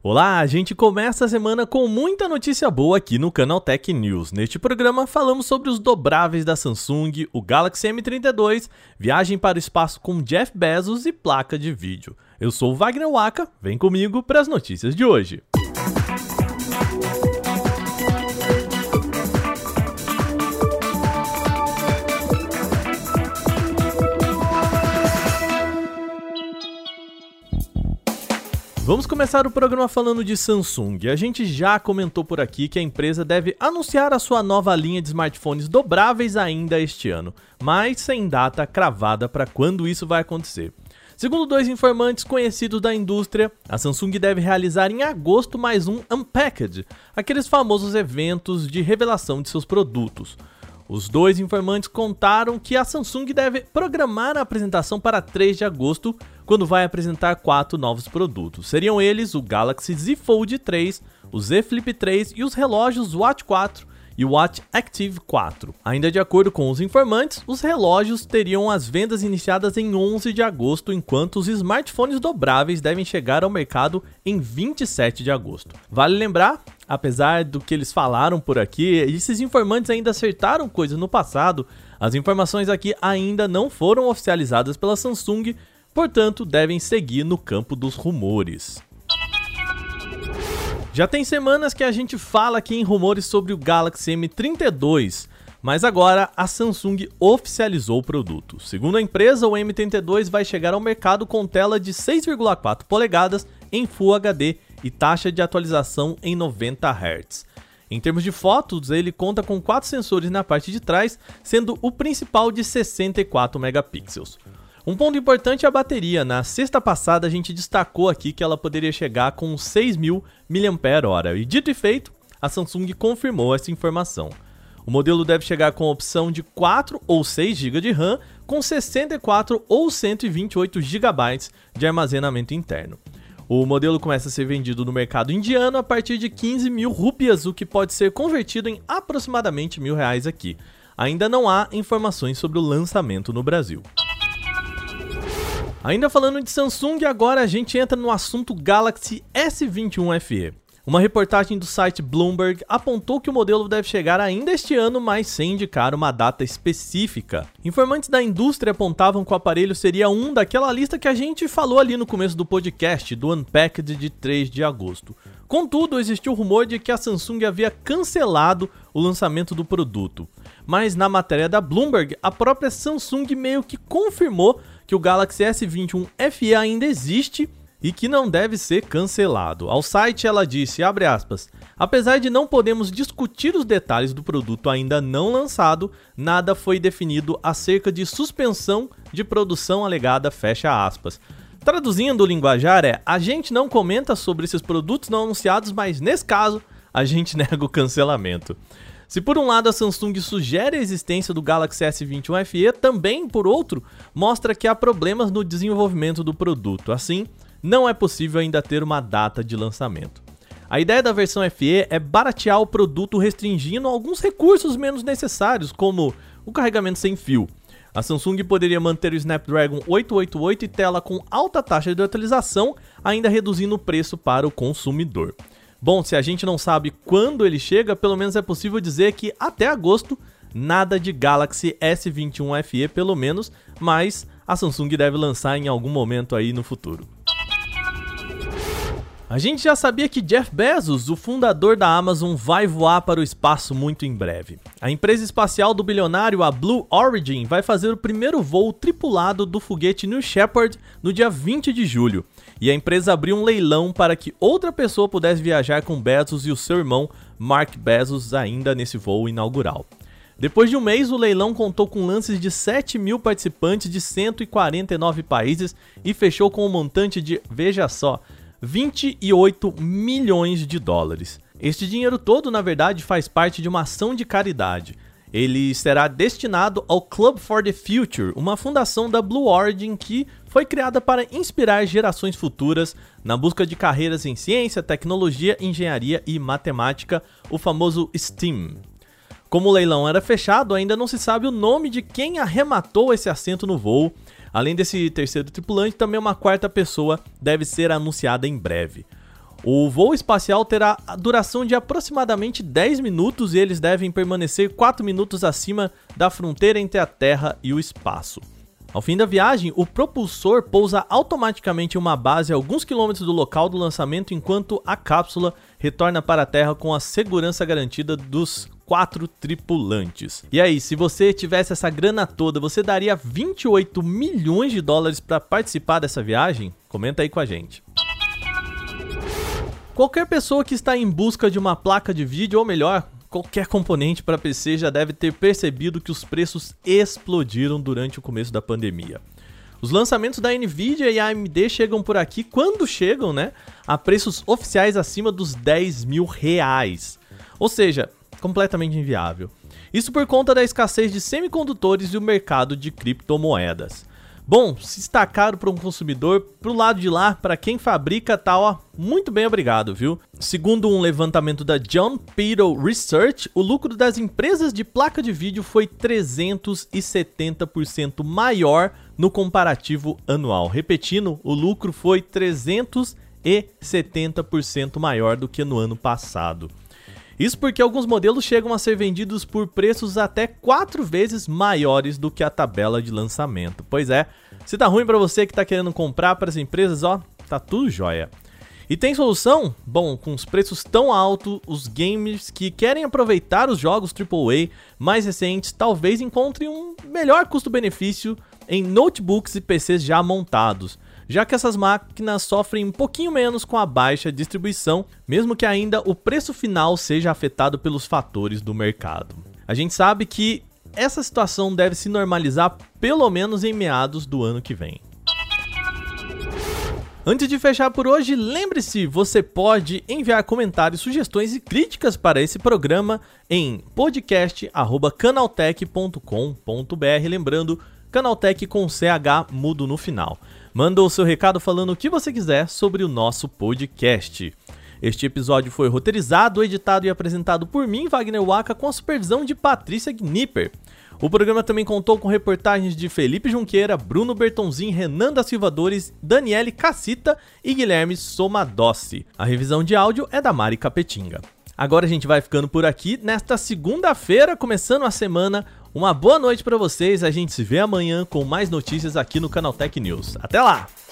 Olá, a gente começa a semana com muita notícia boa aqui no Canaltech News. Neste programa falamos sobre os dobráveis da Samsung, o Galaxy M32, viagem para o espaço com Jeff Bezos e placa de vídeo. Eu sou o Wagner Waka, vem comigo para as notícias de hoje. Vamos começar o programa falando de Samsung. A gente já comentou por aqui que a empresa deve anunciar a sua nova linha de smartphones dobráveis ainda este ano, mas sem data cravada para quando isso vai acontecer. Segundo dois informantes conhecidos da indústria, a Samsung deve realizar em agosto mais um Unpacked, aqueles famosos eventos de revelação de seus produtos. Os dois informantes contaram que a Samsung deve programar a apresentação para 3 de agosto, quando vai apresentar 4 novos produtos. Seriam eles o Galaxy Z Fold 3, o Z Flip 3 e os relógios Watch 4 e o Watch Active 4. Ainda de acordo com os informantes, os relógios teriam as vendas iniciadas em 11 de agosto, enquanto os smartphones dobráveis devem chegar ao mercado em 27 de agosto. Vale lembrar, apesar do que eles falaram por aqui, esses informantes ainda acertaram coisas no passado, as informações aqui ainda não foram oficializadas pela Samsung, portanto devem seguir no campo dos rumores. Já tem semanas que a gente fala aqui em rumores sobre o Galaxy M32, mas agora a Samsung oficializou o produto. Segundo a empresa, o M32 vai chegar ao mercado com tela de 6,4 polegadas em Full HD e taxa de atualização em 90 Hz. Em termos de fotos, ele conta com 4 sensores na parte de trás, sendo o principal de 64 megapixels. Um ponto importante é a bateria. Na sexta passada a gente destacou aqui que ela poderia chegar com 6.000 mAh e dito e feito, a Samsung confirmou essa informação. O modelo deve chegar com a opção de 4 ou 6 GB de RAM com 64 ou 128 GB de armazenamento interno. O modelo começa a ser vendido no mercado indiano a partir de 15.000 rúpias, o que pode ser convertido em aproximadamente R$1.000 aqui. Ainda não há informações sobre o lançamento no Brasil. Ainda falando de Samsung, agora a gente entra no assunto Galaxy S21 FE. Uma reportagem do site Bloomberg apontou que o modelo deve chegar ainda este ano, mas sem indicar uma data específica. Informantes da indústria apontavam que o aparelho seria um daquela lista que a gente falou ali no começo do podcast, do Unpacked de 3 de agosto. Contudo, existiu o rumor de que a Samsung havia cancelado o lançamento do produto. Mas na matéria da Bloomberg, a própria Samsung meio que confirmou que o Galaxy S21 FE ainda existe e que não deve ser cancelado. Ao site ela disse, abre aspas, apesar de não podermos discutir os detalhes do produto ainda não lançado, nada foi definido acerca de suspensão de produção alegada, fecha aspas. Traduzindo o linguajar a gente não comenta sobre esses produtos não anunciados, mas nesse caso, a gente nega o cancelamento. Se por um lado a Samsung sugere a existência do Galaxy S21 FE, também, por outro, mostra que há problemas no desenvolvimento do produto. Assim, não é possível ainda ter uma data de lançamento. A ideia da versão FE é baratear o produto restringindo alguns recursos menos necessários, como o carregamento sem fio. A Samsung poderia manter o Snapdragon 888 e tela com alta taxa de atualização, ainda reduzindo o preço para o consumidor. Bom, se a gente não sabe quando ele chega, pelo menos é possível dizer que até agosto, nada de Galaxy S21 FE pelo menos, mas a Samsung deve lançar em algum momento aí no futuro. A gente já sabia que Jeff Bezos, o fundador da Amazon, vai voar para o espaço muito em breve. A empresa espacial do bilionário, a Blue Origin, vai fazer o primeiro voo tripulado do foguete New Shepard no dia 20 de julho. E a empresa abriu um leilão para que outra pessoa pudesse viajar com Bezos e o seu irmão Mark Bezos ainda nesse voo inaugural. Depois de um mês, o leilão contou com lances de 7.000 participantes de 149 países e fechou com um montante de, veja só, 28 milhões de dólares. Este dinheiro todo, na verdade, faz parte de uma ação de caridade. Ele será destinado ao Club for the Future, uma fundação da Blue Origin que foi criada para inspirar gerações futuras na busca de carreiras em ciência, tecnologia, engenharia e matemática, o famoso STEAM. Como o leilão era fechado, ainda não se sabe o nome de quem arrematou esse assento no voo. Além desse terceiro tripulante, também uma quarta pessoa deve ser anunciada em breve. O voo espacial terá a duração de aproximadamente 10 minutos e eles devem permanecer 4 minutos acima da fronteira entre a Terra e o espaço. Ao fim da viagem, o propulsor pousa automaticamente em uma base a alguns quilômetros do local do lançamento, enquanto a cápsula retorna para a Terra com a segurança garantida dos 4 tripulantes. E aí, se você tivesse essa grana toda, você daria 28 milhões de dólares para participar dessa viagem? Comenta aí com a gente. Qualquer pessoa que está em busca de uma placa de vídeo, ou melhor, qualquer componente para PC já deve ter percebido que os preços explodiram durante o começo da pandemia. Os lançamentos da Nvidia e a AMD chegam por aqui, quando chegam, né, a preços oficiais acima dos 10 mil reais. Ou seja, completamente inviável. Isso por conta da escassez de semicondutores e o mercado de criptomoedas. Bom, se está caro para um consumidor, pro lado de lá, para quem fabrica, tá, ó, muito bem, obrigado, viu? Segundo um levantamento da John Peter Research, o lucro das empresas de placa de vídeo foi 370% maior no comparativo anual. Repetindo, o lucro foi 370% maior do que no ano passado. Isso porque alguns modelos chegam a ser vendidos por preços até 4 vezes maiores do que a tabela de lançamento. Pois é, se tá ruim para você que tá querendo comprar para as empresas, ó, tá tudo jóia. E tem solução? Bom, com os preços tão altos, os gamers que querem aproveitar os jogos AAA mais recentes talvez encontrem um melhor custo-benefício em notebooks e PCs já montados, já que essas máquinas sofrem um pouquinho menos com a baixa distribuição, mesmo que ainda o preço final seja afetado pelos fatores do mercado. A gente sabe que essa situação deve se normalizar pelo menos em meados do ano que vem. Antes de fechar por hoje, lembre-se, você pode enviar comentários, sugestões e críticas para esse programa em podcast@canaltech.com.br, lembrando, Canaltech com CH mudo no final. Manda o seu recado falando o que você quiser sobre o nosso podcast. Este episódio foi roteirizado, editado e apresentado por mim, Wagner Waka, com a supervisão de Patrícia Gnipper. O programa também contou com reportagens de Felipe Junqueira, Bruno Bertonzin, Renan da Silva Dores, Daniele Cassita e Guilherme Somadossi. A revisão de áudio é da Mari Capetinga. Agora a gente vai ficando por aqui nesta segunda-feira, começando a semana. Uma boa noite para vocês, a gente se vê amanhã com mais notícias aqui no Canaltech News. Até lá!